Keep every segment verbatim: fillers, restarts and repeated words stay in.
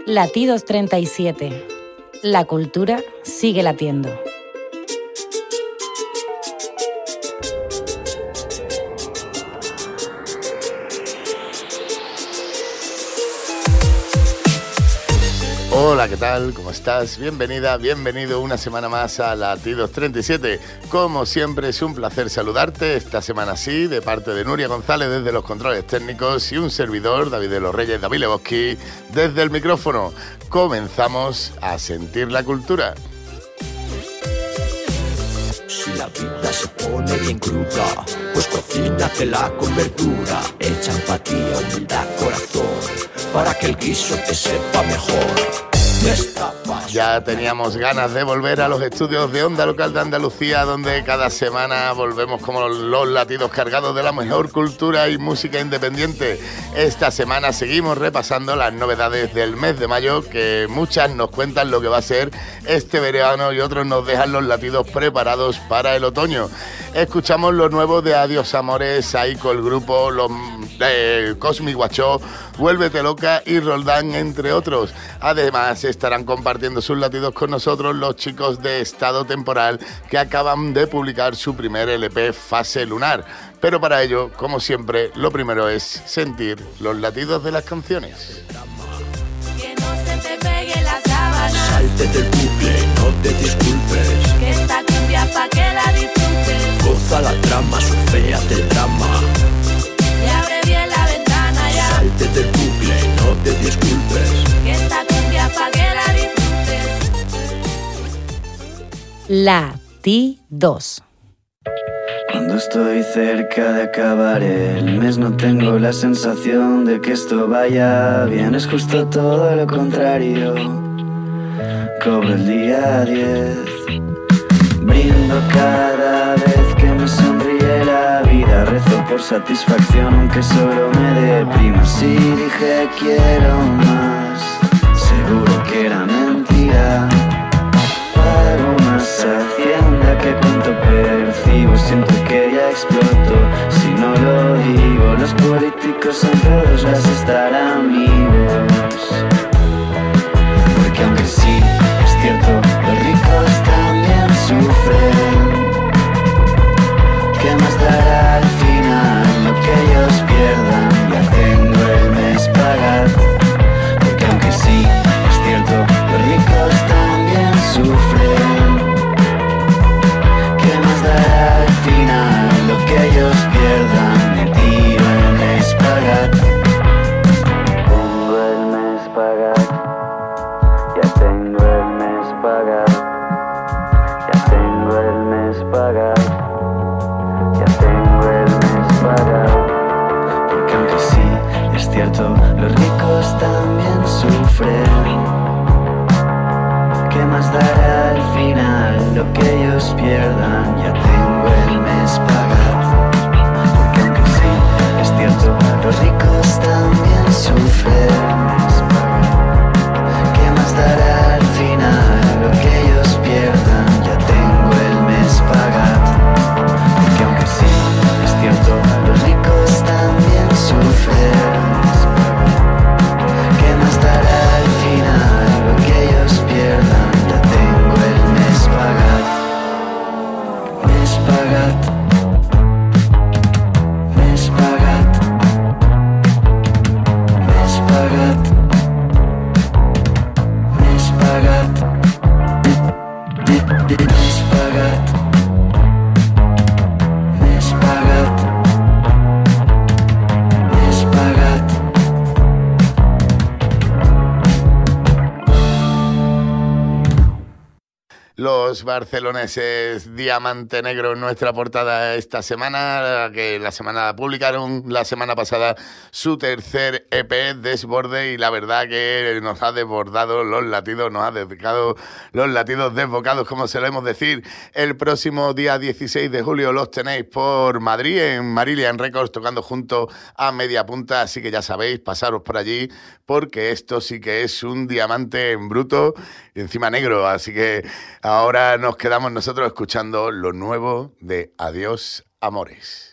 Latidos treinta y siete. La cultura sigue latiendo. Hola, ¿qué tal? ¿Cómo estás? Bienvenida, bienvenido una semana más a Latidos treinta y siete. Como siempre, es un placer saludarte. Esta semana sí, de parte de Nuria González desde los controles técnicos y un servidor, David de los Reyes, David Lebowski, desde el micrófono. Comenzamos a sentir la cultura. Si la vida se pone bien cruda, pues cocínatela con verdura. Echa empatía, humildad, corazón, para que el guiso te sepa mejor. Ya teníamos ganas de volver a los estudios de Onda Local de Andalucía, donde cada semana volvemos como los latidos cargados de la mejor cultura y música independiente. Esta semana seguimos repasando las novedades del mes de mayo, que muchas nos cuentan lo que va a ser este verano y otros nos dejan los latidos preparados para el otoño. Escuchamos lo nuevo de Adiós Amores, Aiko, el grupo, los eh, Cosmic Guachó, Vuélvete Loca y Roldán, entre otros. Además, estarán compartiendo sus latidos con nosotros los chicos de Estado Temporal, que acaban de publicar su primer L P, Fase Lunar. Pero para ello, como siempre, lo primero es sentir los latidos de las canciones. Que no se te pegue la sábana. Salte del bucle, no te disculpes. Que esta cumbia pa' que la disfrutes. Goza la trama, surféate el drama. Y abre bien la ventana ya. Salte del bucle, no te disculpes. Que esta cumbia pa' que la disfrutes. Latidos. Cuando estoy cerca de acabar el mes no tengo la sensación de que esto vaya bien. Es justo todo lo contrario. Cobro el día diez. Brindo cada vez que me sonríe la vida. Rezo por satisfacción aunque solo me deprima. Si dije quiero más, seguro que era mentira. Pago más hacienda que cuánto percibo. Siento que ya exploto si no lo digo. Los políticos en todos las estar amigos. Porque aunque sí, es cierto, los ricos también sufren. ¿Qué más dará al final lo que ellos pierdan? Ya tengo el mes pagado. Porque aunque sí, es cierto, los ricos también sufren. ¿Qué más dará al final lo que ellos pierdan? Me tiro el mes pagado. Tengo el mes pagado. Ya tengo el mes pagado. Ya tengo el mes pagado. Ya tengo el mes pagado. Porque aunque sí, es cierto, los ricos también sufren. ¿Qué más dará al final lo que ellos pierdan? Ya tengo el mes pagado. Porque aunque sí, es cierto, los ricos también sufren. ¿Qué más dará al final lo que ellos pierdan? Ya tengo el mes pagado. Porque aunque sí, es cierto, los ricos también sufren. ¿Qué más dará al final lo que ellos pierdan? Ya tengo el mes pagado. Mes pagado. Mes pagado. Mes pagado. Mes pagado. Mes pagado. Mes pagado. Mes pagado. Los barceloneses Diamante Negro en nuestra portada esta semana, que la semana publicaron la semana pasada su tercer E P, Desborde, y la verdad que nos ha desbordado los latidos, nos ha dedicado los latidos desbocados, como solemos decir. El próximo día dieciséis de julio los tenéis por Madrid, en Marillion Records, tocando junto a Media Punta, así que ya sabéis, pasaros por allí, porque esto sí que es un diamante en bruto y encima negro, así que ahora nos quedamos nosotros escuchando lo nuevo de Adiós Amores.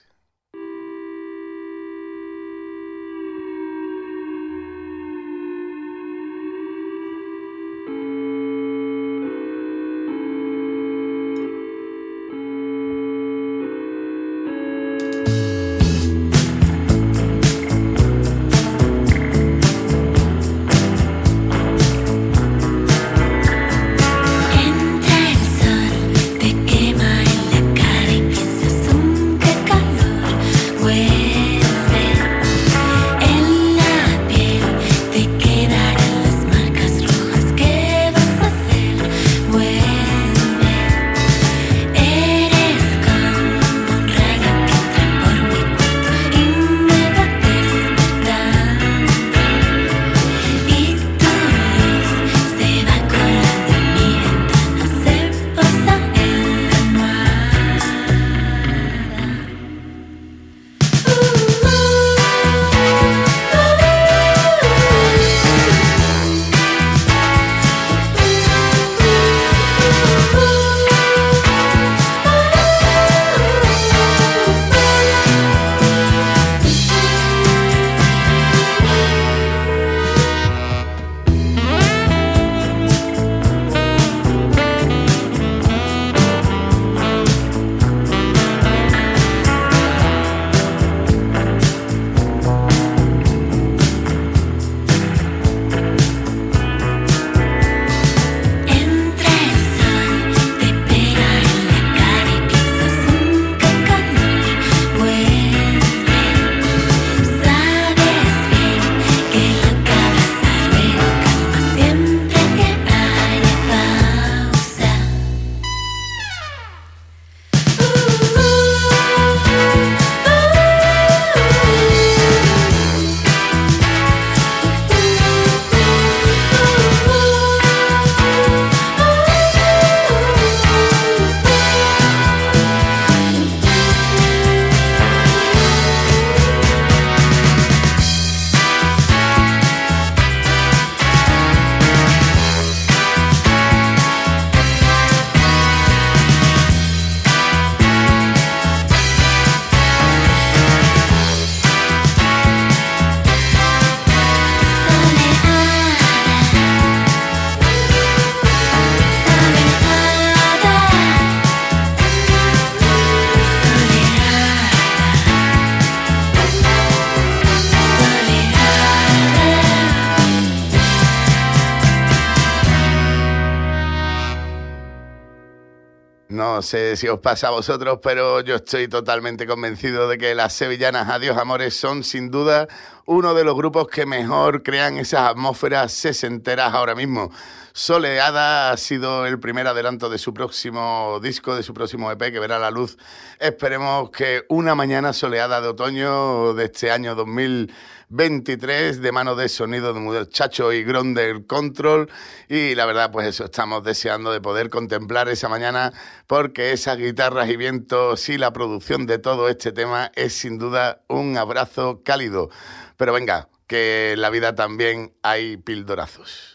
No sé si os pasa a vosotros, pero yo estoy totalmente convencido de que las sevillanas Adiós Amores son sin duda uno de los grupos que mejor crean esas atmósferas sesenteras ahora mismo. Soleada ha sido el primer adelanto de su próximo disco, de su próximo E P, que verá la luz. Esperemos que una mañana soleada de otoño de este año dos mil veintitrés, de mano de Sonido de Muchacho y Grounded Control. Y la verdad, pues eso, estamos deseando de poder contemplar esa mañana, porque esas guitarras y vientos y la producción de todo este tema es sin duda un abrazo cálido. Pero venga, que en la vida también hay pildorazos.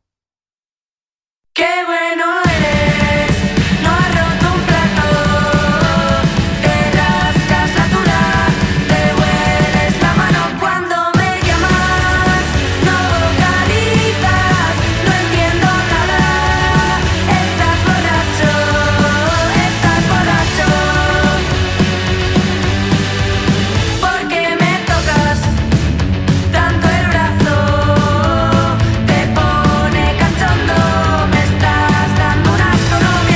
¡Qué bueno eres! No has roto un plato, te rascas la tula, te hueles la mano cuando me llamas, no vocalizas, no entiendo nada, estás borracho, estás borracho, porque me tocas tanto el brazo, te pone cachondo. Estás dando un asco, no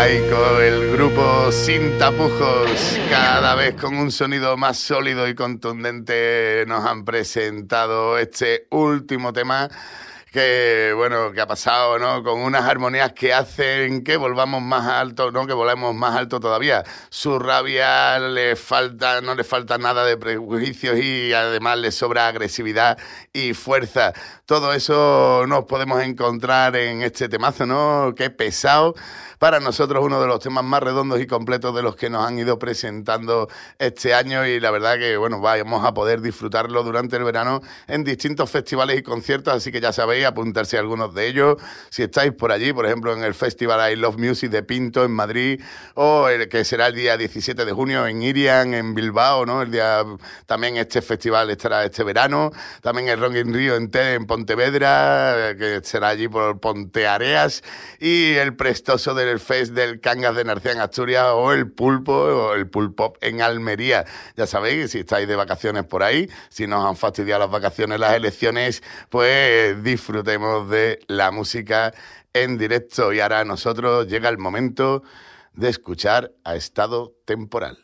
Laico, el grupo Sin Tapujos, cada vez con un sonido más sólido y contundente, nos han presentado este último tema que, bueno, que ha pasado, ¿no? Con unas armonías que hacen que volvamos más alto, ¿no? Que volvamos más alto todavía. Su rabia le falta, no le falta nada de prejuicios y además le sobra agresividad y fuerza. Todo eso nos podemos encontrar en este temazo, ¿no? Qué pesado. Para nosotros uno de los temas más redondos y completos de los que nos han ido presentando este año, y la verdad que, bueno, vamos a poder disfrutarlo durante el verano en distintos festivales y conciertos, así que ya sabéis, apuntarse a algunos de ellos. Si estáis por allí, por ejemplo, en el Festival I Love Music de Pinto en Madrid, o el que será el día diecisiete de junio en Irian, en Bilbao, ¿no? El día, también este festival estará este verano. También el Rock in Rio en, T, en Pontevedra, que será allí por Ponteareas, y el prestoso del Fest del Cangas de Narcea en Asturias, o el Pulpo, o el Pulpop en Almería. Ya sabéis, si estáis de vacaciones por ahí, si nos han fastidiado las vacaciones, las elecciones, pues disfrutemos de la música en directo. Y ahora a nosotros llega el momento de escuchar a Estado Temporal.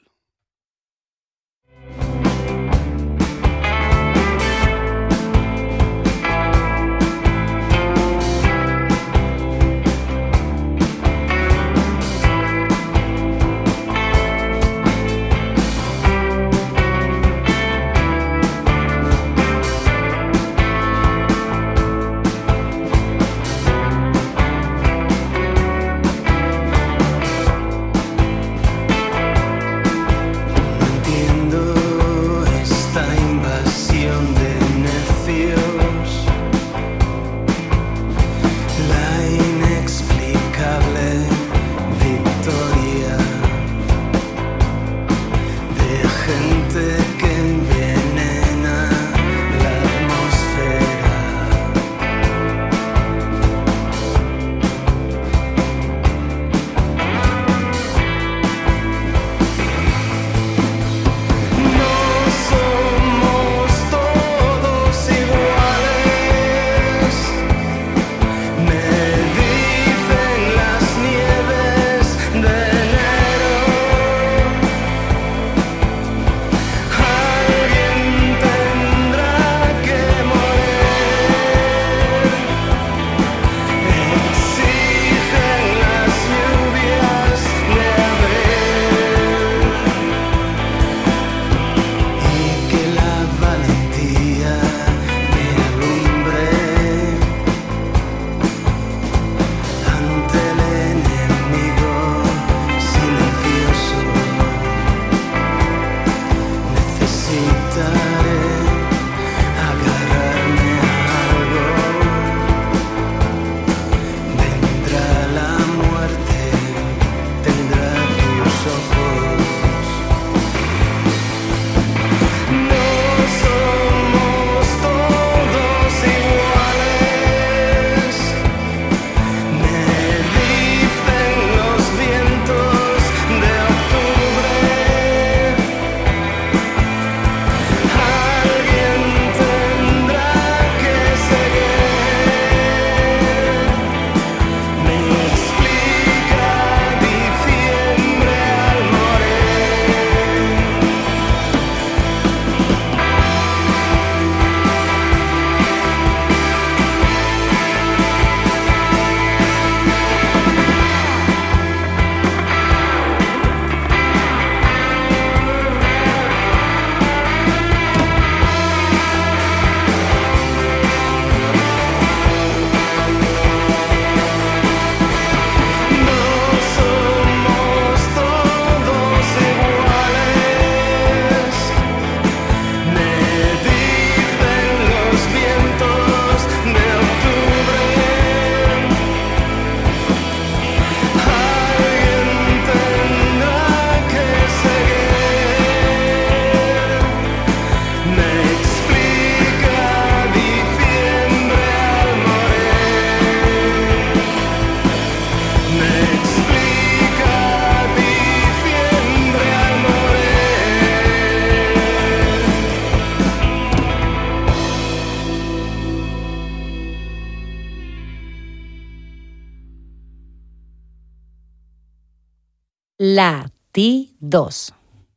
Latidos.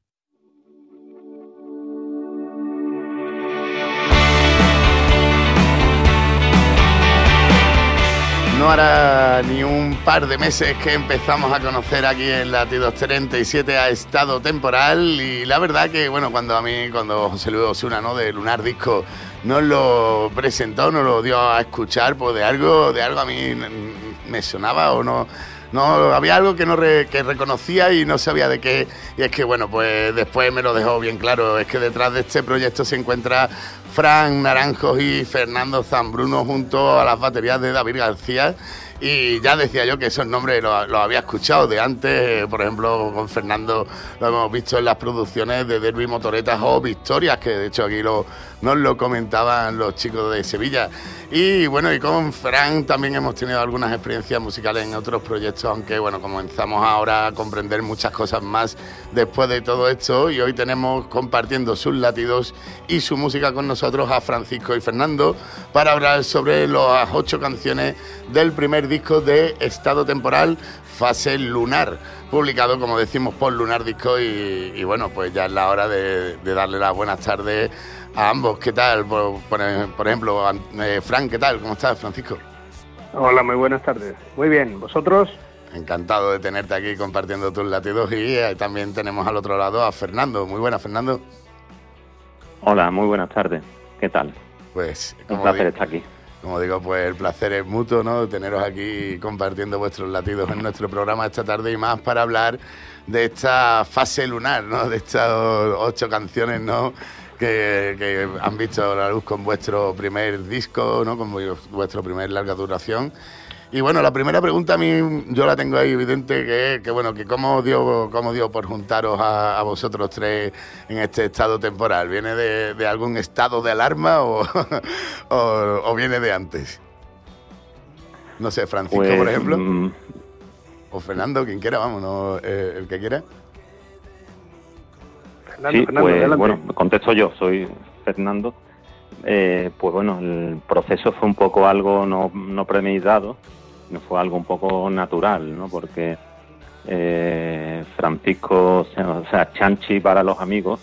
No hará ni un par de meses que empezamos a conocer aquí en Latidos treinta y siete a Estado Temporal, y la verdad que, bueno, cuando a mí, cuando José Luis Osuna, ¿no?, de Lunar Disco nos lo presentó, nos lo dio a escuchar, pues de algo, de algo a mí me sonaba o no... No, había algo que no re, que reconocía y no sabía de qué, y es que, bueno, pues después me lo dejó bien claro, es que detrás de este proyecto se encuentra Fran Naranjos y Fernando Zambruno junto a las baterías de David García, y ya decía yo que esos nombres los, los había escuchado de antes, por ejemplo, con Fernando lo hemos visto en las producciones de Derby Motoretas o Victorias, que de hecho aquí lo, nos lo comentaban los chicos de Sevilla. Y bueno, y con Fran también hemos tenido algunas experiencias musicales en otros proyectos, aunque bueno, comenzamos ahora a comprender muchas cosas más después de todo esto, y hoy tenemos compartiendo sus latidos y su música con nosotros a Francisco y Fernando para hablar sobre las ocho canciones del primer disco de Estado Temporal, Fase Lunar, publicado, como decimos, por Lunar Disco, y, y bueno, pues ya es la hora de, de darle las buenas tardes a ambos. ¿Qué tal? Por, por, por ejemplo, eh, Fran, ¿qué tal? ¿Cómo estás, Francisco? Hola, muy buenas tardes. Muy bien, ¿vosotros? Encantado de tenerte aquí compartiendo tus latidos, y eh, también tenemos al otro lado a Fernando. Muy buenas, Fernando. Hola, muy buenas tardes. ¿Qué tal? Pues un placer estar aquí. Como digo, pues el placer es mutuo, ¿no?, teneros aquí compartiendo vuestros latidos en nuestro programa esta tarde, y más para hablar de esta fase lunar, ¿no?, de estas ocho canciones, ¿no?, que, que han visto la luz con vuestro primer disco, ¿no?, con vuestro primer larga duración. Y bueno, la primera pregunta a mí, yo la tengo ahí evidente, que es que, bueno, que cómo dio, cómo dio por juntaros a, a vosotros tres en este estado temporal. ¿Viene de, de algún estado de alarma o, o, o viene de antes? No sé, Francisco, pues, por ejemplo. Mm... O Fernando, quien quiera, vamos, no, eh, el que quiera. Fernando, sí, Fernando, pues, adelante. Bueno, contesto yo, soy Fernando. Eh, pues bueno, el proceso fue un poco algo no, no premeditado, no fue algo un poco natural, ¿no? Porque eh, Francisco, o sea, Chanchi para los amigos,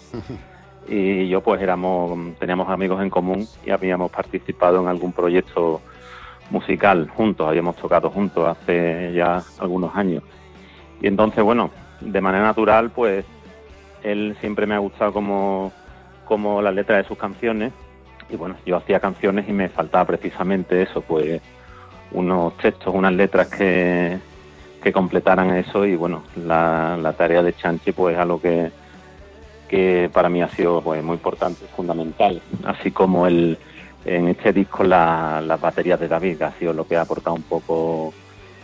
y yo pues éramos, teníamos amigos en común y habíamos participado en algún proyecto musical juntos, habíamos tocado juntos hace ya algunos años. Y entonces, bueno, de manera natural, pues él siempre me ha gustado como, como la letra de sus canciones. Y bueno, yo hacía canciones y me faltaba precisamente eso, pues unos textos, unas letras que, que completaran eso, y bueno, la, la tarea de Chanchi pues es algo que, que para mí ha sido pues muy importante, fundamental, así como el en este disco la, las baterías de David, que ha sido lo que ha aportado un poco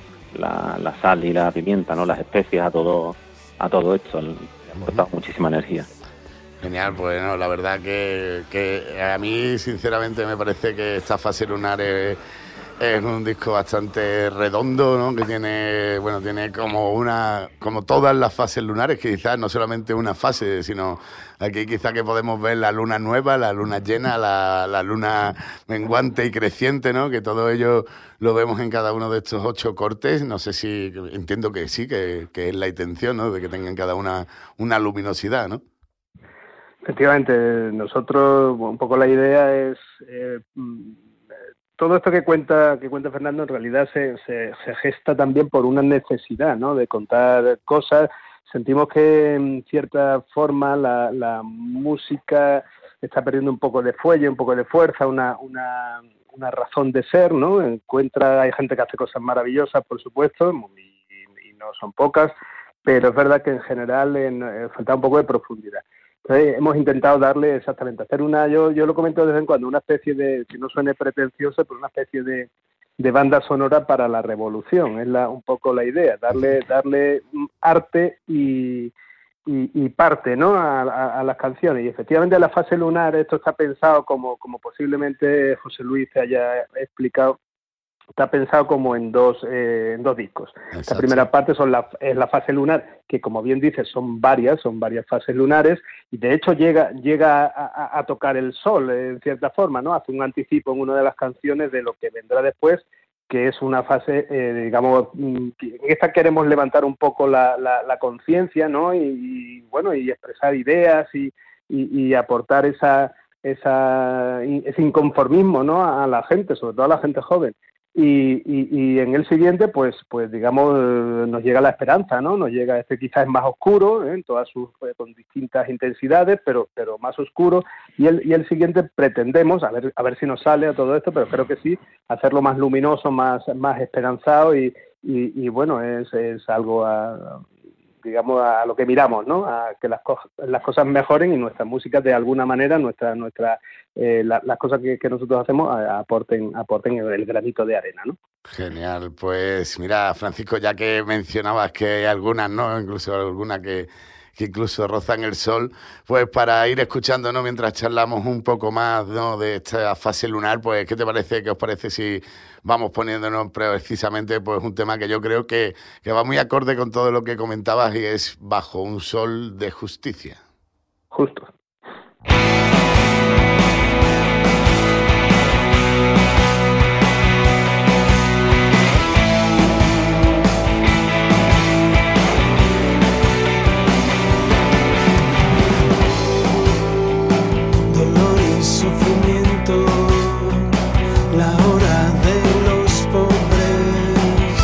la, la sal y la pimienta, ¿no?, las especias a todo, a todo esto, le ha aportado muchísima energía. Genial, pues no, la verdad que, que a mí sinceramente me parece que esta fase lunar es, es un disco bastante redondo, ¿no?, que tiene, bueno, tiene como una, como todas las fases lunares, que quizás no solamente una fase, sino aquí quizás que podemos ver la luna nueva, la luna llena, la, la luna menguante y creciente, ¿no?, que todo ello lo vemos en cada uno de estos ocho cortes. No sé si, entiendo que sí, que, que es la intención, ¿no?, de que tengan cada una una luminosidad, ¿no? Efectivamente, nosotros, un poco la idea es, eh, todo esto que cuenta que cuenta Fernando en realidad se, se, se gesta también por una necesidad, ¿no?, de contar cosas. Sentimos que en cierta forma la, la música está perdiendo un poco de fuelle, un poco de fuerza, una, una, una razón de ser, ¿no? Encuentra, hay gente que hace cosas maravillosas, por supuesto, y, y no son pocas, pero es verdad que en general en, en, falta un poco de profundidad. Entonces, hemos intentado darle exactamente, hacer una, yo yo lo comento de vez en cuando, una especie de, que no suene pretencioso, pero una especie de, de banda sonora para la revolución, es la, un poco la idea, darle darle arte y, y, y parte, ¿no?, a, a, a las canciones. Y efectivamente la fase lunar, esto está pensado como, como posiblemente José Luis te haya explicado, está pensado como en dos eh, en dos discos. Exacto. La primera parte son la, es la fase lunar, que como bien dices son varias, son varias fases lunares, y de hecho llega llega a, a tocar el sol en cierta forma, ¿no? Hace un anticipo en una de las canciones de lo que vendrá después, que es una fase, eh, digamos, en esta queremos levantar un poco la, la, la conciencia, ¿no? Y, y, bueno, y expresar ideas y, y, y aportar esa, esa, ese inconformismo, ¿no? A la gente, sobre todo a la gente joven. Y, y, y en el siguiente, pues, pues digamos, nos llega la esperanza, ¿no? Nos llega, este quizás es más oscuro, ¿eh? En todas sus, pues, con distintas intensidades, pero, pero más oscuro. Y el, y el siguiente pretendemos, a ver, a ver si nos sale a todo esto, pero creo que sí, hacerlo más luminoso, más, más esperanzado y, y, y bueno, es, es algo a, digamos, a lo que miramos, ¿no? A que las, co- las cosas mejoren y nuestra música, de alguna manera, nuestra, nuestra, eh, la, las cosas que, que nosotros hacemos a, aporten, aporten el granito de arena, ¿no? Genial, pues mira, Francisco, ya que mencionabas que hay algunas, ¿no? Incluso algunas que, que incluso rozan el sol, pues para ir escuchando, ¿no? Mientras charlamos un poco más, ¿no? De esta fase lunar, pues ¿qué te parece, qué os parece si vamos poniéndonos precisamente pues un tema que yo creo que, que va muy acorde con todo lo que comentabas y es Bajo un sol de justicia? Justo. Dolor y sufrimiento, la hora de los pobres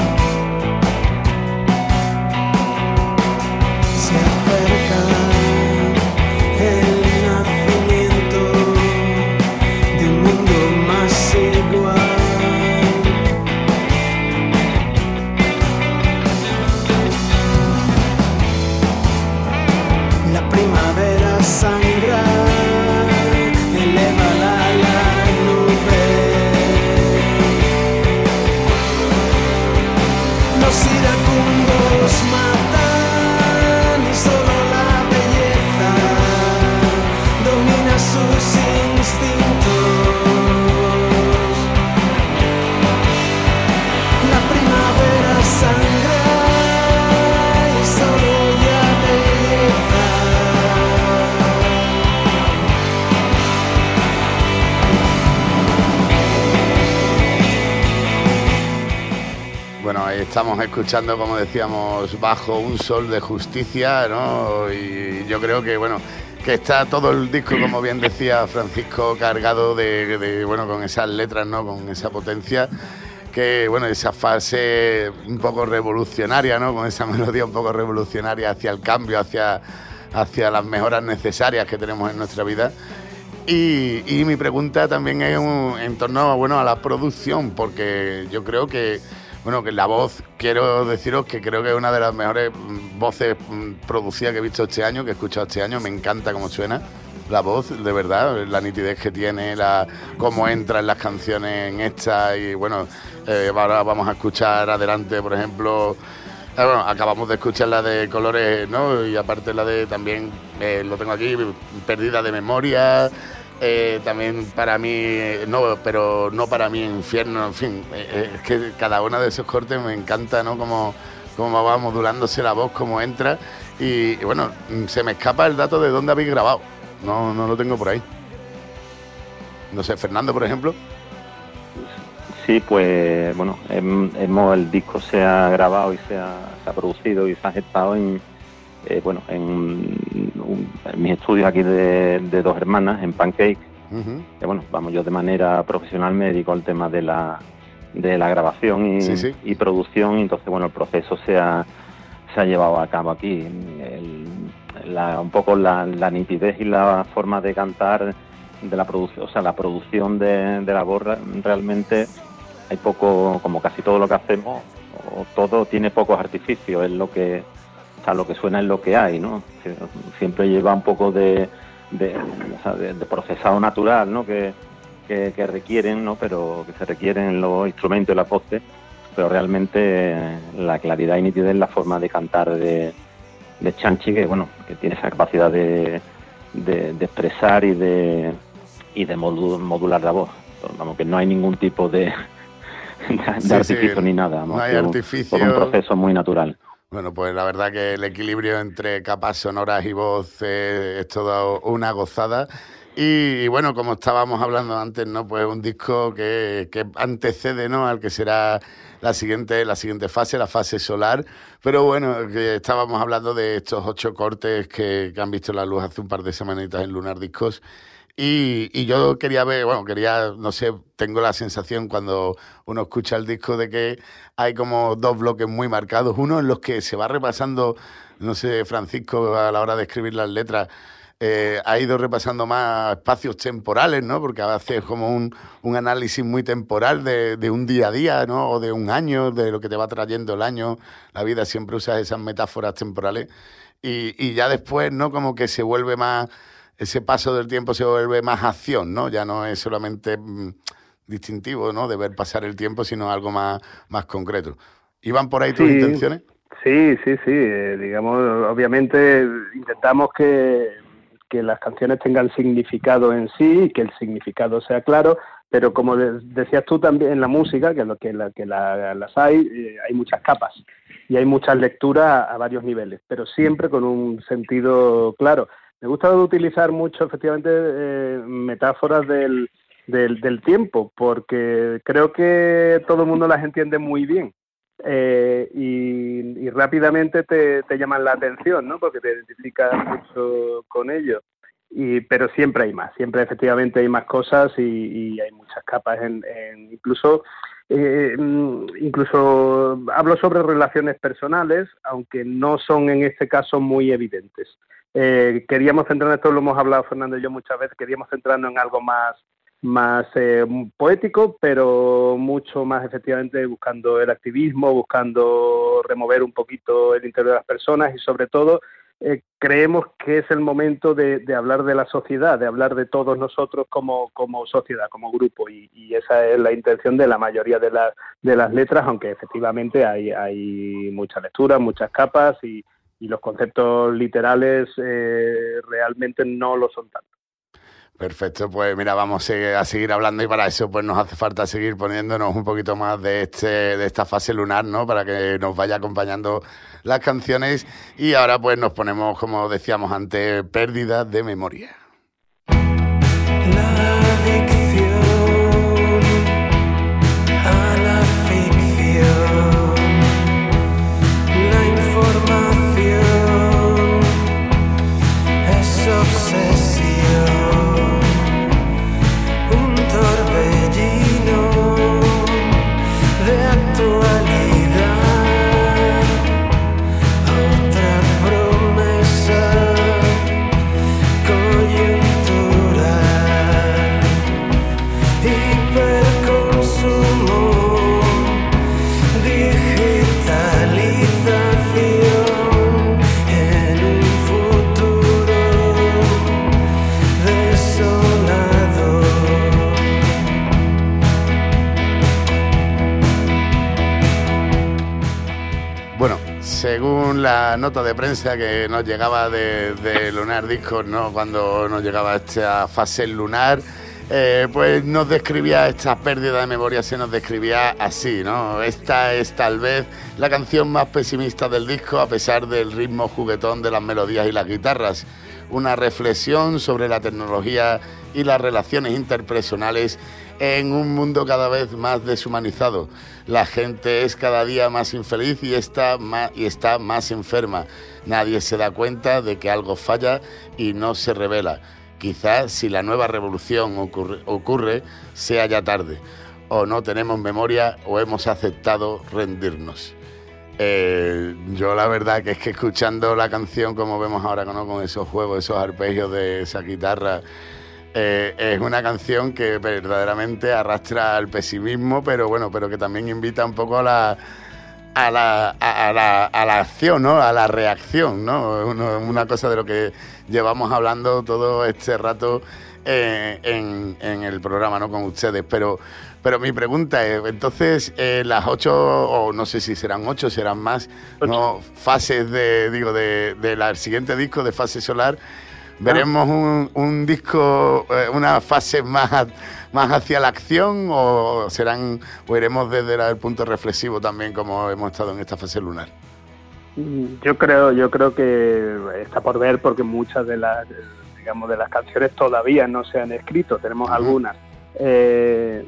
se acerca, el nacimiento de un mundo más igual. La primavera sangra, elévala a la nube. Los iracundos matan y solo la belleza domina sus instintos. La primavera sangra y solo ya belleza. Bueno, ahí estamos escuchando, como decíamos, Bajo un sol de justicia, ¿no? Y yo creo que, bueno, que está todo el disco, como bien decía Francisco, cargado de, de bueno, con esas letras, ¿no? Con esa potencia, que, bueno, esa fase un poco revolucionaria, ¿no? Con esa melodía un poco revolucionaria hacia el cambio, hacia, hacia las mejoras necesarias que tenemos en nuestra vida. Y, y mi pregunta también es un, en torno, bueno, a la producción, porque yo creo que, bueno, que la voz, quiero deciros que creo que es una de las mejores voces producidas que he visto este año, que he escuchado este año. Me encanta cómo suena la voz, de verdad, la nitidez que tiene, la cómo entra en las canciones en esta. Y bueno, eh, ahora vamos a escuchar adelante, por ejemplo, eh, bueno, acabamos de escuchar la de Colores, ¿no? Y aparte la de también, eh, lo tengo aquí, Perdida de Memoria. Eh, también para mí, eh, no, pero no para mí Infierno, en fin, eh, es que cada uno de esos cortes me encanta, ¿no? Como, como va modulándose la voz, cómo entra. Y, y bueno, se me escapa el dato de dónde habéis grabado, no, no lo tengo por ahí. No sé, Fernando, por ejemplo. Sí, pues bueno, hemos, el disco se ha grabado y se ha, se ha producido y se ha gestado en, eh, bueno, en, un, en mis estudios aquí de, de Dos Hermanas, en Pancake. Uh-huh. Que bueno, vamos, yo de manera profesional me dedico al tema de la de la grabación y, sí, sí. y producción, y entonces bueno, el proceso se ha, se ha llevado a cabo aquí. El, la, un poco la, la nitidez y la forma de cantar de la producción, o sea, la producción de, de la voz, realmente hay poco, como casi todo lo que hacemos, o todo tiene pocos artificios, es lo que, o sea, lo que suena es lo que hay, ¿no? Siempre lleva un poco de, de, o sea, de, de procesado natural, ¿no? Que, que, que requieren, ¿no? Pero que se requieren los instrumentos y las voces, pero realmente la claridad y nitidez es la forma de cantar de, de Chanchi, que bueno, que tiene esa capacidad de, de, de expresar y de y de modular la voz. Vamos, que no hay ningún tipo de, de sí, artificio sí, ni nada. Vamos, no hay artificio. Es un proceso muy natural. Bueno, pues la verdad que el equilibrio entre capas sonoras y voz eh, es toda una gozada. Y, y bueno, como estábamos hablando antes, ¿no? Pues un disco que, que antecede, ¿no? Al que será la siguiente, la siguiente fase, la fase solar. Pero bueno, que estábamos hablando de estos ocho cortes que, que han visto la luz hace un par de semanitas en Lunar Discos. Y, y yo quería ver, bueno, quería, no sé, tengo la sensación cuando uno escucha el disco de que hay como dos bloques muy marcados. Uno en los que se va repasando, no sé, Francisco, a la hora de escribir las letras, eh, ha ido repasando más espacios temporales, ¿no? Porque a veces es como un, un análisis muy temporal de, de un día a día, ¿no? O de un año, de lo que te va trayendo el año. La vida siempre usa esas metáforas temporales. Y, y ya después, ¿no? Como que se vuelve más... Ese paso del tiempo se vuelve más acción, ¿no? Ya no es solamente mmm, distintivo, ¿no? De ver pasar el tiempo, sino algo más, más concreto. ¿Iban por ahí tus sí, intenciones? Sí, sí, sí. Eh, digamos, obviamente intentamos que, que las canciones tengan significado en sí, que el significado sea claro, pero como de, decías tú también en la música, que lo que, la, que la, las hay, eh, hay muchas capas y hay muchas lecturas a, a varios niveles, pero siempre con un sentido claro. Me gusta utilizar mucho, efectivamente, eh, metáforas del, del, del tiempo, porque creo que todo el mundo las entiende muy bien eh, y, y rápidamente te, te llaman la atención, ¿no? Porque te identificas mucho con ello. Y, pero siempre hay más, siempre efectivamente hay más cosas y, y hay muchas capas. En, en incluso, eh, incluso hablo sobre relaciones personales, aunque no son en este caso muy evidentes. Eh, queríamos centrarnos, esto lo hemos hablado Fernando y yo muchas veces, queríamos centrarnos en algo más, más eh, poético, pero mucho más efectivamente buscando el activismo, buscando remover un poquito el interior de las personas y sobre todo eh, creemos que es el momento de, de hablar de la sociedad, de hablar de todos nosotros como, como sociedad, como grupo y, y esa es la intención de la mayoría de, la, de las letras, aunque efectivamente hay, hay muchas lecturas, muchas capas y y los conceptos literales eh, realmente no lo son tanto. Perfecto, pues mira, vamos a seguir hablando y para eso pues nos hace falta seguir poniéndonos un poquito más de este de esta fase lunar, ¿no? Para que nos vaya acompañando las canciones y ahora pues nos ponemos, como decíamos antes, Pérdida de Memoria. La adicción a la ficción, la información es obsesión, un torbellino de actualidad, otra promesa coyuntural, hiperconsumo, digitalización en un futuro desolado. Bueno, según la nota de prensa que nos llegaba de, de Lunar Discos, ¿no? Cuando nos llegaba esta fase lunar, eh, pues nos describía esta pérdida de memoria, se nos describía así, ¿no? Esta es tal vez la canción más pesimista del disco, a pesar del ritmo juguetón de las melodías y las guitarras. Una reflexión sobre la tecnología y las relaciones interpersonales en un mundo cada vez más deshumanizado. La gente es cada día más infeliz y está más, y está más enferma. Nadie se da cuenta de que algo falla y no se revela. Quizás si la nueva revolución ocurre, ocurre, sea ya tarde. O no tenemos memoria o hemos aceptado rendirnos. Eh, yo la verdad que es que escuchando la canción como vemos ahora, ¿no? Con esos juegos, esos arpegios de esa guitarra, eh, es una canción que verdaderamente arrastra al pesimismo, pero bueno, pero que también invita un poco a la a la, a, a la, a la acción, ¿no? A la reacción, ¿no? Una, una cosa de lo que llevamos hablando todo este rato eh, en, en el programa, ¿no? Con ustedes, pero Pero mi pregunta es, entonces, eh, las ocho, o no sé si serán ocho, serán más, ¿no? Fases de, digo, de, de la siguiente disco de Fase Solar, ¿veremos un, un disco, eh, una fase más, más hacia la acción o serán, o iremos desde el punto reflexivo también como hemos estado en esta fase lunar? Yo creo, yo creo que está por ver porque muchas de las, digamos, de las canciones todavía no se han escrito, tenemos uh-huh. algunas. Eh,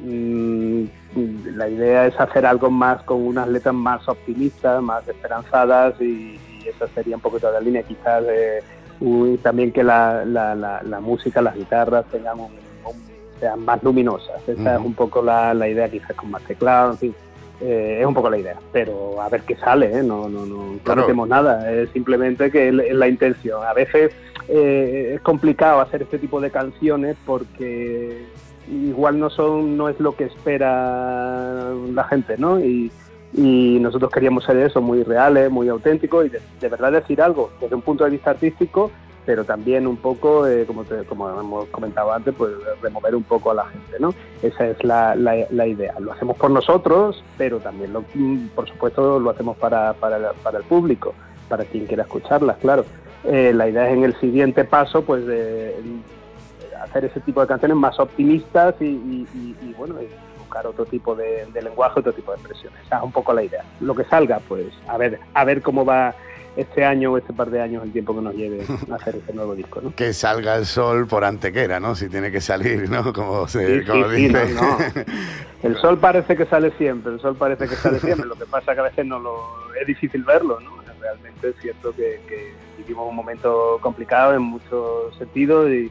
mm, la idea es hacer algo más con unas letras más optimistas, más esperanzadas, y, y esa sería un poquito la línea, quizás eh, y también que la, la, la, la música, las guitarras tengan un, un, sean más luminosas. Esa uh-huh. es un poco la, la idea, quizás con más teclado, en fin. Eh, es un poco la idea, pero a ver qué sale, ¿eh? no no no prometemos claro. nada, es simplemente que es la intención. A veces eh, es complicado hacer este tipo de canciones porque igual no son no es lo que espera la gente, ¿no? Y, y nosotros queríamos ser eso, muy reales, muy auténticos y de, de verdad decir algo desde un punto de vista artístico, pero también un poco, eh, como, te, como hemos comentado antes, pues remover un poco a la gente, ¿no? Esa es la, la, la idea. Lo hacemos por nosotros, pero también, lo, por supuesto, lo hacemos para, para, para el público, para quien quiera escucharlas, claro. Eh, la idea es en el siguiente paso, pues, de, de hacer ese tipo de canciones más optimistas y, y, y, y bueno, y buscar otro tipo de, de lenguaje, otro tipo de expresiones. Esa es un poco la idea. Lo que salga, pues, a ver, a ver cómo va este año o este par de años el tiempo que nos lleve a hacer este nuevo disco, ¿no? Que salga el sol por Antequera, ¿no? Si tiene que salir, ¿no? Como se sí, como sí, dice. Sí, no, no. El sol parece que sale siempre, el sol parece que sale siempre, lo que pasa que a veces no lo es difícil verlo, ¿no? Realmente es cierto que, que vivimos un momento complicado en muchos sentidos y,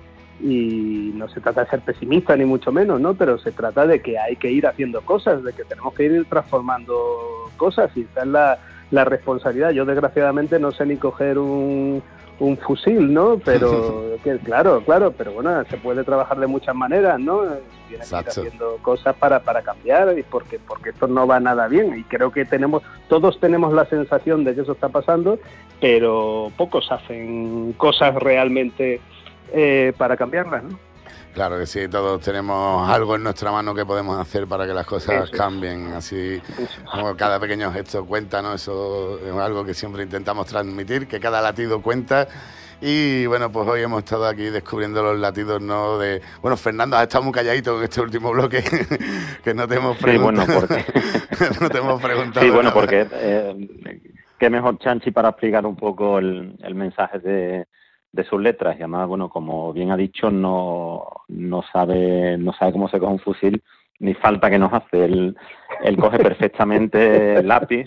y no se trata de ser pesimista ni mucho menos, ¿no? Pero se trata de que hay que ir haciendo cosas, de que tenemos que ir transformando cosas y esa es la la responsabilidad. Yo desgraciadamente no sé ni coger un, un fusil, ¿no? Pero que, claro, claro, pero bueno, se puede trabajar de muchas maneras, ¿no? Tiene que ir haciendo cosas para, para cambiar y porque, porque esto no va nada bien y creo que tenemos, todos tenemos la sensación de que eso está pasando, pero pocos hacen cosas realmente eh, para cambiarlas, ¿no? Claro que sí, todos tenemos algo en nuestra mano que podemos hacer para que las cosas eso cambien, así como cada pequeño gesto cuenta, ¿no? Eso es algo que siempre intentamos transmitir, que cada latido cuenta. Y bueno, pues hoy hemos estado aquí descubriendo los latidos, ¿no? De bueno, Fernando, has estado muy calladito en este último bloque, que no te hemos preguntado. Sí, bueno, porque... no te hemos preguntado Sí, bueno, nada. porque eh, qué mejor Chanchi para explicar un poco el, el mensaje de... de sus letras, y además, bueno, como bien ha dicho, no no sabe no sabe cómo se coge un fusil, ni falta que nos hace. Él, él coge perfectamente el lápiz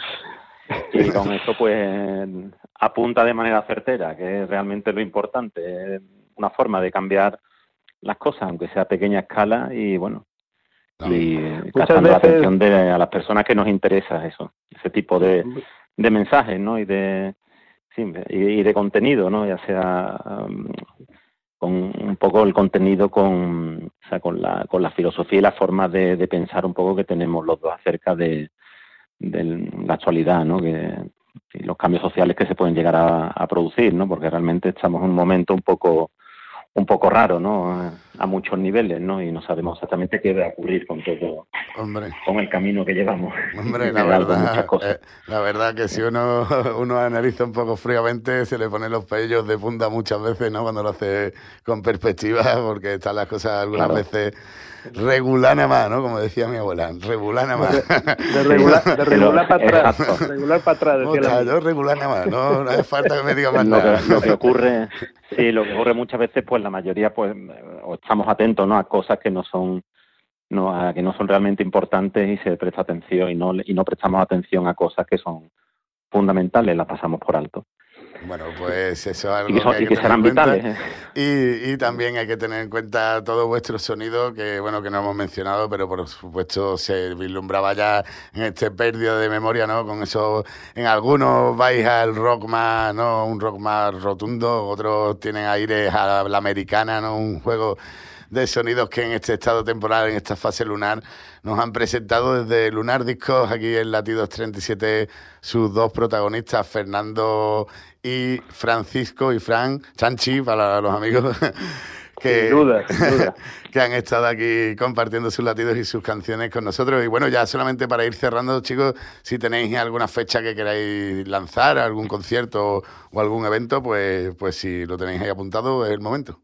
y con eso pues apunta de manera certera, que es realmente lo importante, es una forma de cambiar las cosas, aunque sea a pequeña escala, y bueno, no. y captando veces... la atención de a las personas que nos interesa eso, ese tipo de, de mensajes, ¿no? Y de Sí, y de contenido, ¿no? Ya sea um, con un poco el contenido con, o sea, con la con la filosofía y la forma de, de pensar un poco que tenemos los dos acerca de, de la actualidad, ¿no? Que y los cambios sociales que se pueden llegar a, a producir, ¿no? Porque realmente estamos en un momento un poco un poco raro, ¿no? A muchos niveles, ¿no? Y no sabemos exactamente qué va a ocurrir con todo, Hombre. con el camino que llevamos. Hombre, la verdad, eh, la verdad que si uno uno analiza un poco fríamente, se le ponen los pellos de punta muchas veces, ¿no? Cuando lo hace con perspectiva, porque están las cosas algunas claro. veces regulana más, ¿no? Como decía mi abuela, regulana más. De, de regular, de regular para atrás. Exacto. Regular para atrás. Decía yo regulana más, no, no hace falta que me diga más lo nada. Que, lo que ocurre, sí, lo que ocurre muchas veces, pues la mayoría, pues, o estamos atentos, ¿no? A cosas que no son, no, a que no son realmente importantes y se presta atención y no y no prestamos atención a cosas que son fundamentales, las pasamos por alto. Bueno, pues eso es algo y que, son, que, hay y que, que serán vitales. ¿eh? Y, y también hay que tener en cuenta todo vuestro sonido, que bueno, que no hemos mencionado, pero por supuesto se vislumbraba ya en este pérdida de memoria, ¿no? Con eso, en algunos vais al rock más, ¿no? Un rock más rotundo, otros tienen aires a la americana, ¿no? Un juego de sonidos que en este estado temporal, en esta fase lunar, nos han presentado desde Lunar Discos, aquí en Latidos treinta y siete, sus dos protagonistas, Fernando y Francisco y Fran, Chanchi, para los amigos que, sin duda, sin duda. que han estado aquí compartiendo sus latidos y sus canciones con nosotros. Y bueno, ya solamente para ir cerrando, chicos, si tenéis alguna fecha que queráis lanzar, algún concierto o algún evento, pues, pues si lo tenéis ahí apuntado, es el momento.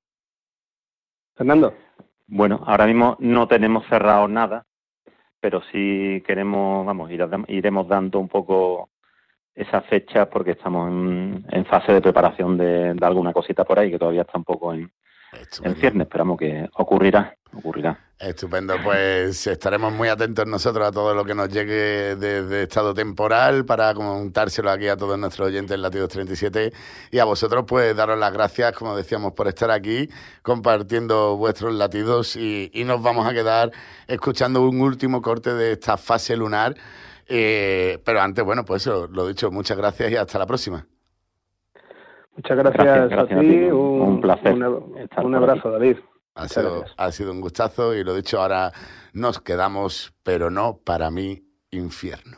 Fernando. Bueno, ahora mismo no tenemos cerrado nada, pero sí queremos, vamos, ir, iremos dando un poco esa fecha porque estamos en, en fase de preparación de, de alguna cosita por ahí que todavía está un poco en, en ciernes. Esperamos que ocurrirá, ocurrirá. Estupendo, pues estaremos muy atentos nosotros a todo lo que nos llegue de, de estado temporal para contárselo aquí a todos nuestros oyentes Latidos treinta y siete y a vosotros pues daros las gracias, como decíamos, por estar aquí compartiendo vuestros latidos y, y nos vamos a quedar escuchando un último corte de esta fase lunar. Eh, pero antes, bueno, pues eso, lo dicho, muchas gracias y hasta la próxima. Muchas gracias, gracias, gracias a ti, a ti. Un, un placer. Un, un abrazo, David. Ha sido, ha sido un gustazo y lo dicho, ahora nos quedamos, pero no para mí, infierno.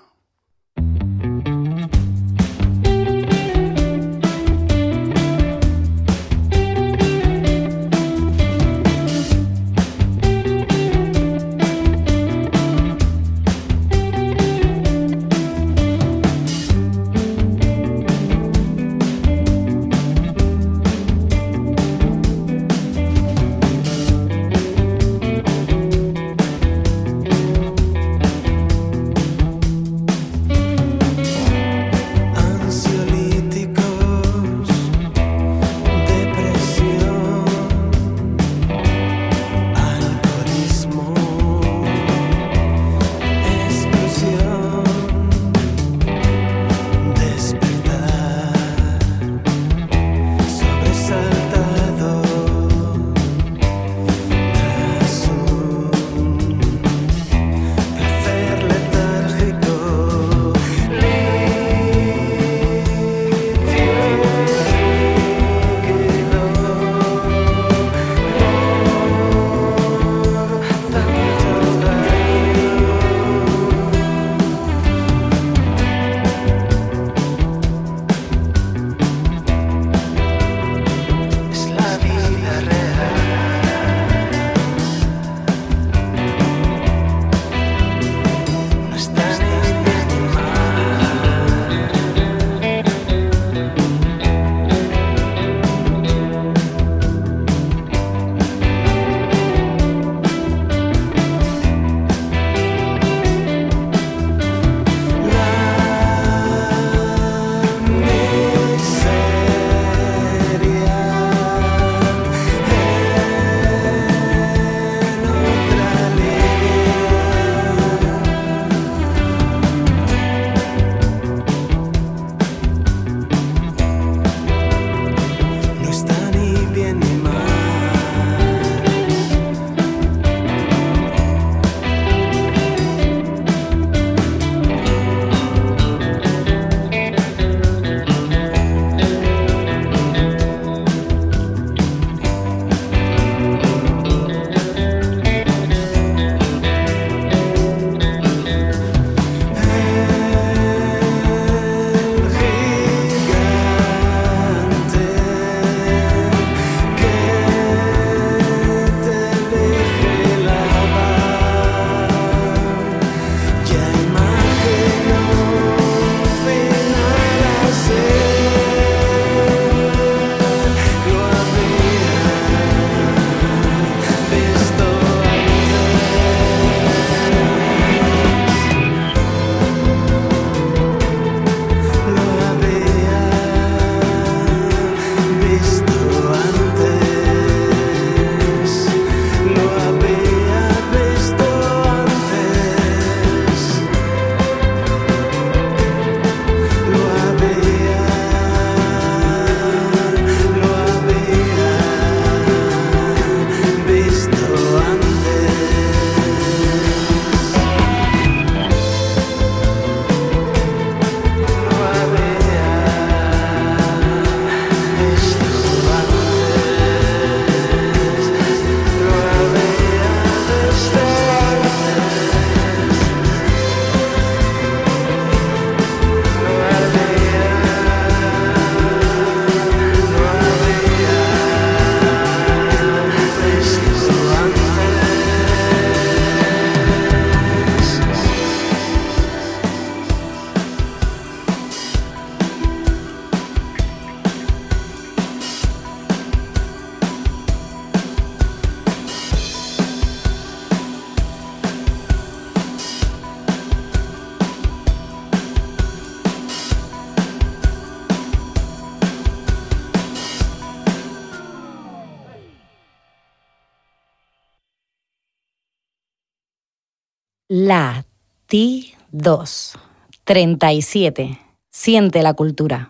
Latidos treinta y siete. Siente la cultura.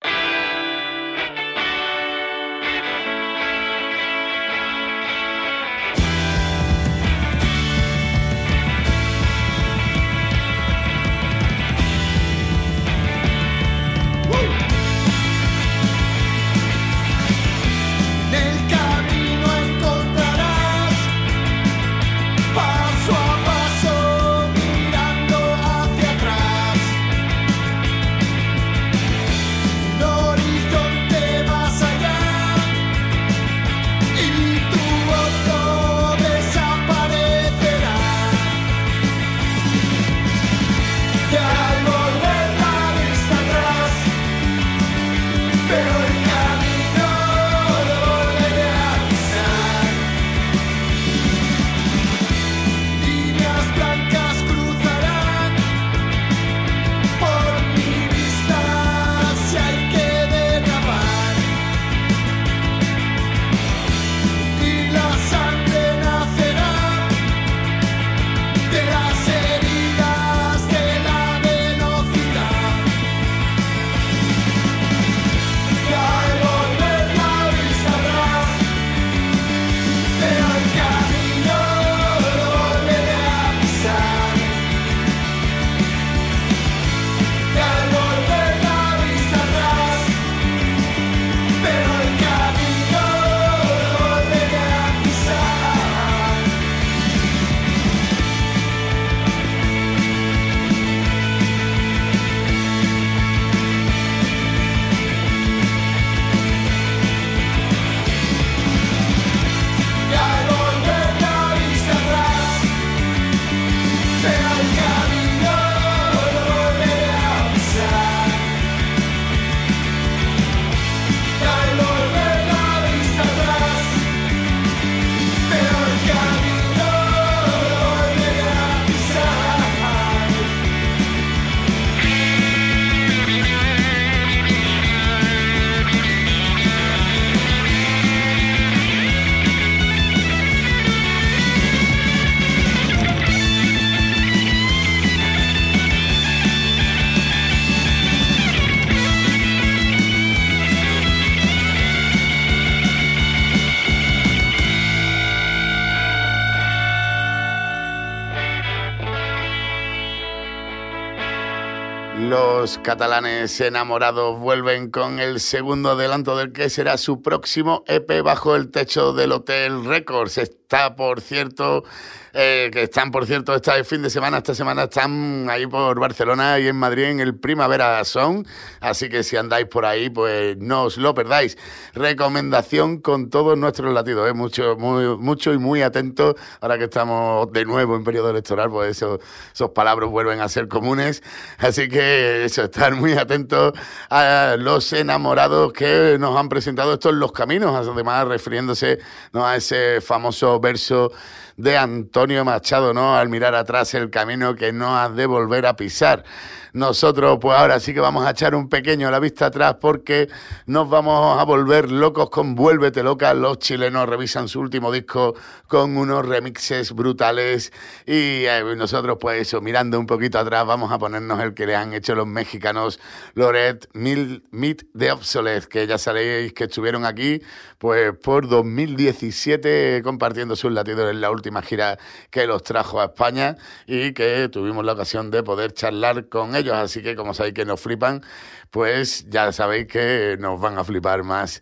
Los catalanes enamorados vuelven con el segundo adelanto del que será su próximo E P bajo el techo del Hotel Records. Está, por cierto, eh, que están, por cierto, este fin de semana, esta semana están ahí por Barcelona y en Madrid en el Primavera Sound. Así que si andáis por ahí, pues no os lo perdáis. Recomendación con todos nuestros latidos, ¿eh? mucho, muy, mucho y muy atentos. Ahora que estamos de nuevo en periodo electoral, pues eso, esos palabras vuelven a ser comunes. Así que eso, estar muy atentos a los enamorados que nos han presentado estos Los Caminos, además refiriéndose, ¿no?, a ese famoso verso de Antonio Machado, ¿no?, al mirar atrás el camino que no has de volver a pisar. Nosotros, pues ahora sí que vamos a echar un pequeño la vista atrás porque nos vamos a volver locos con Vuélvete Loca. Los chilenos revisan su último disco con unos remixes brutales y eh, nosotros, pues eso, mirando un poquito atrás, vamos a ponernos el que le han hecho los mexicanos Loret, Meet the Obsolete, que ya sabéis que estuvieron aquí pues por dos mil diecisiete compartiendo sus latidos en la última gira que los trajo a España y que tuvimos la ocasión de poder charlar con ellos. Así que como sabéis que nos flipan, pues ya sabéis que nos van a flipar más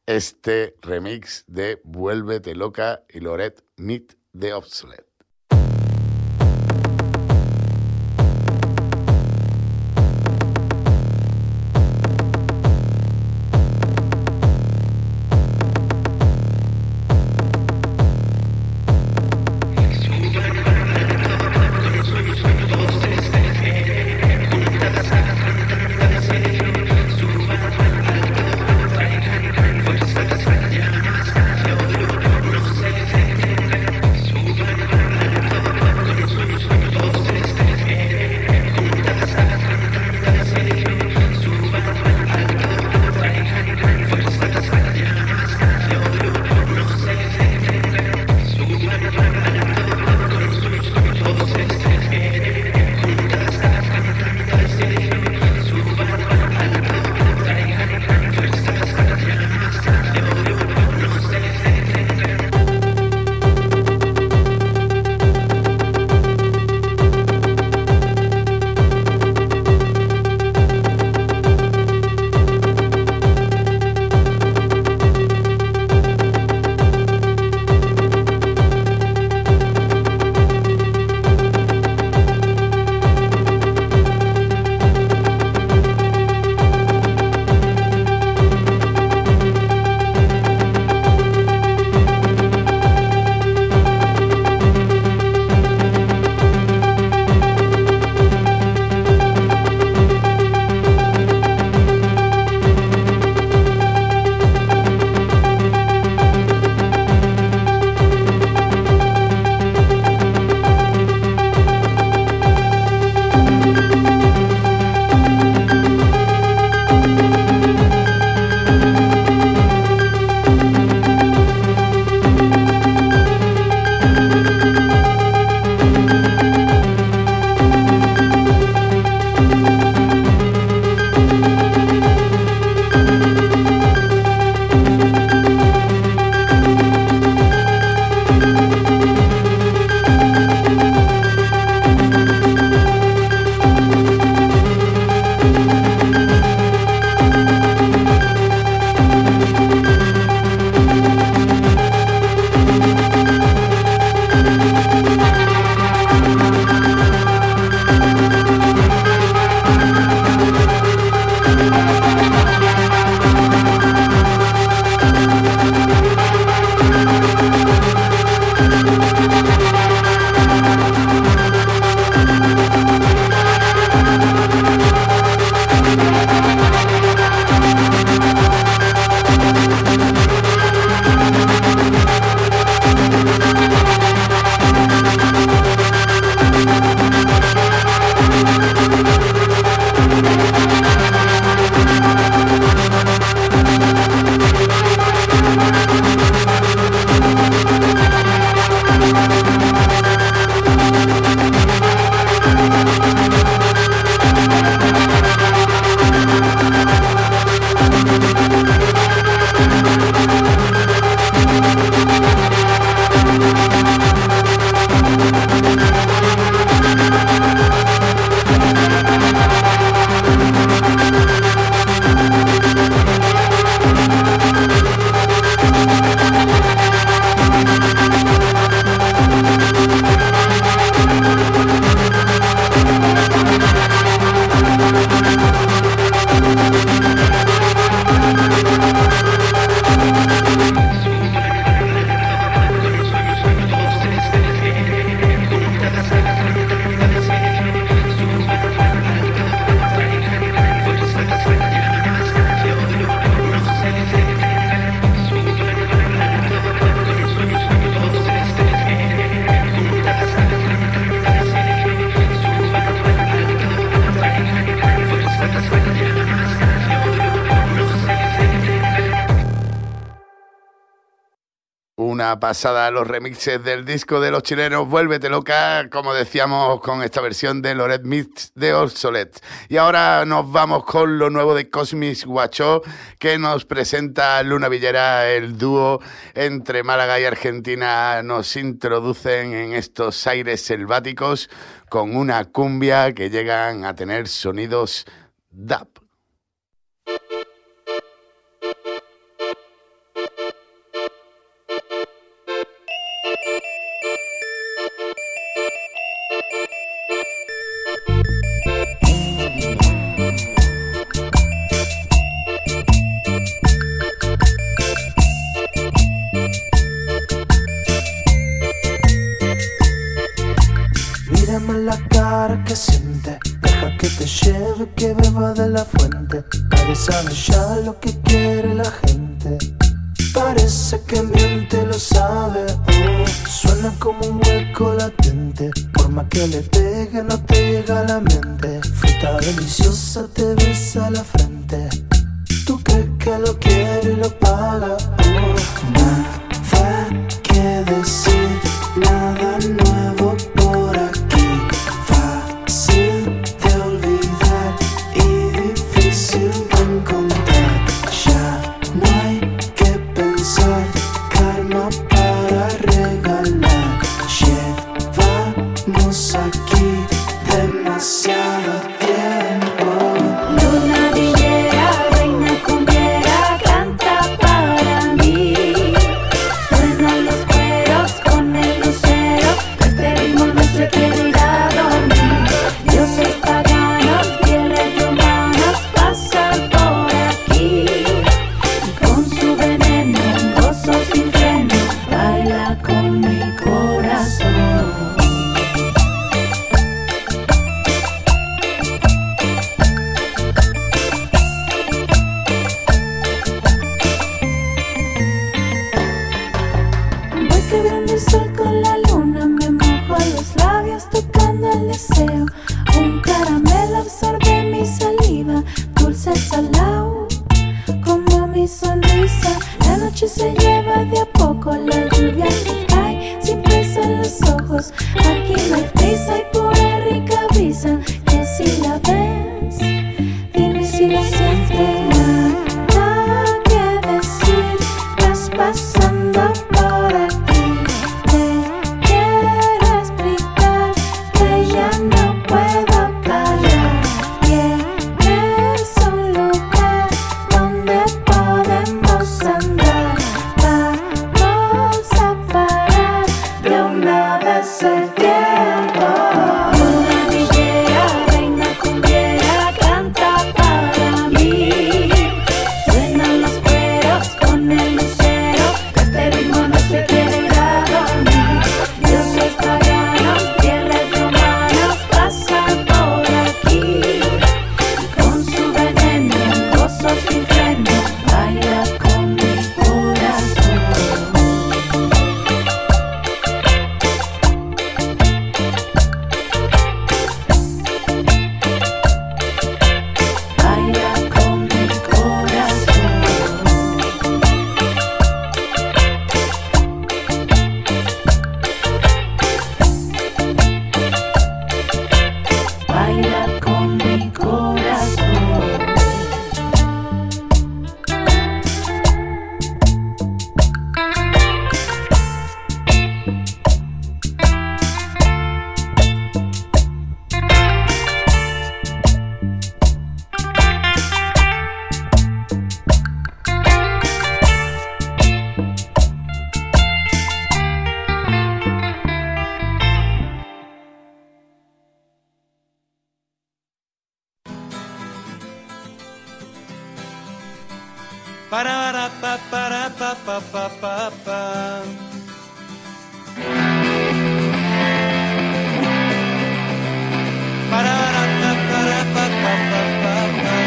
este remix de Vuélvete Loca y Loret, Meet the Obsolete. Suban una pasada los remixes del disco de los chilenos Vuélvete Loca, como decíamos, con esta versión de Loret Mix de Obsolet. Y ahora nos vamos con lo nuevo de Cosmic Guachó, que nos presenta Luna Villera. El dúo entre Málaga y Argentina nos introducen en estos aires selváticos con una cumbia que llegan a tener sonidos dub. La cara que siente, deja que te lleve, que beba de la fuente. Parece saber ya lo que quiere la gente. Parece que miente, lo sabe. Oh, suena como un hueco latente. Por más que le pegue, no te llega a la mente. Fruta deliciosa te besa la frente. Tú crees que lo quiere y lo paga. Oh, nada que decir, nada nuevo por aquí. Fácil de olvidar y difícil de encontrar. Ya no hay que pensar, calma para regalar. Llevamos aquí demasiado tiempo. Luna Villera, reina cumbiera, canta para mí. Suenan los cueros con el lucero, este ritmo no se quiere ir a dormir. Dioses paganos, fieles y humanos pasan por aquí. Y con su veneno, gozo sin freno, baila con mi corazón. Voy quebrando el sol con la luna, me mojo los labios tocando el deseo. Un caramelo absorbe mi saliva, dulce salado como mi sonrisa. La noche se lleva de a poco, la lluvia que cae sin peso en los ojos. Aquí no hay prisa y pura rica brisa, que si la ves, dime si la sientes. Nada que decir, vas pasando por aquí. Te quiero explicar que ya no puedo callar. Tienes un lugar donde podemos andar. Vamos a parar de una vez el tiempo. Luna Villera, reina cumbiera, canta para mí. Suenan los cueros con el lucero, este ritmo no se quiere ir a dormir. Dioses paganos, fieles y humanos pasan por aquí. Y con su veneno, gozo sin freno, baila con mi corazón. Baila con mi corazón. Baila con mi corazón. Para para para pa pa pa pa pa. Para para para pa pa pa pa pa.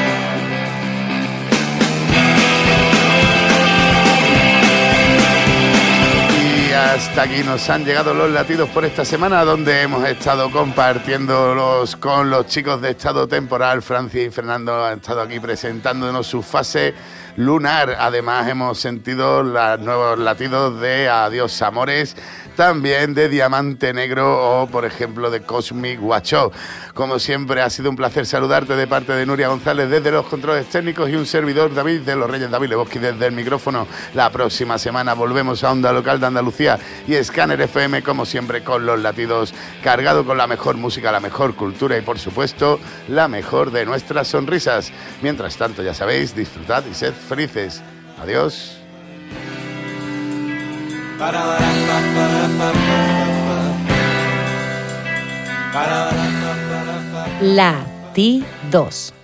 Y hasta aquí nos han llegado los latidos por esta semana, donde hemos estado compartiéndolos con los chicos de Estado Temporal. Francis y Fernando han estado aquí presentándonos su fase Lunar. Además hemos sentido los nuevos latidos de Adiós Amores, también de Diamante Negro o, por ejemplo, de Cosmic Guachó. Como siempre, ha sido un placer saludarte de parte de Nuria González desde los controles técnicos y un servidor, David de los Reyes, David Lebowski, desde el micrófono. La próxima semana volvemos a Onda Local de Andalucía y Scanner F M, como siempre, con los latidos, cargado con la mejor música, la mejor cultura y, por supuesto, la mejor de nuestras sonrisas. Mientras tanto, ya sabéis, disfrutad y sed felices. Adiós. Latidos.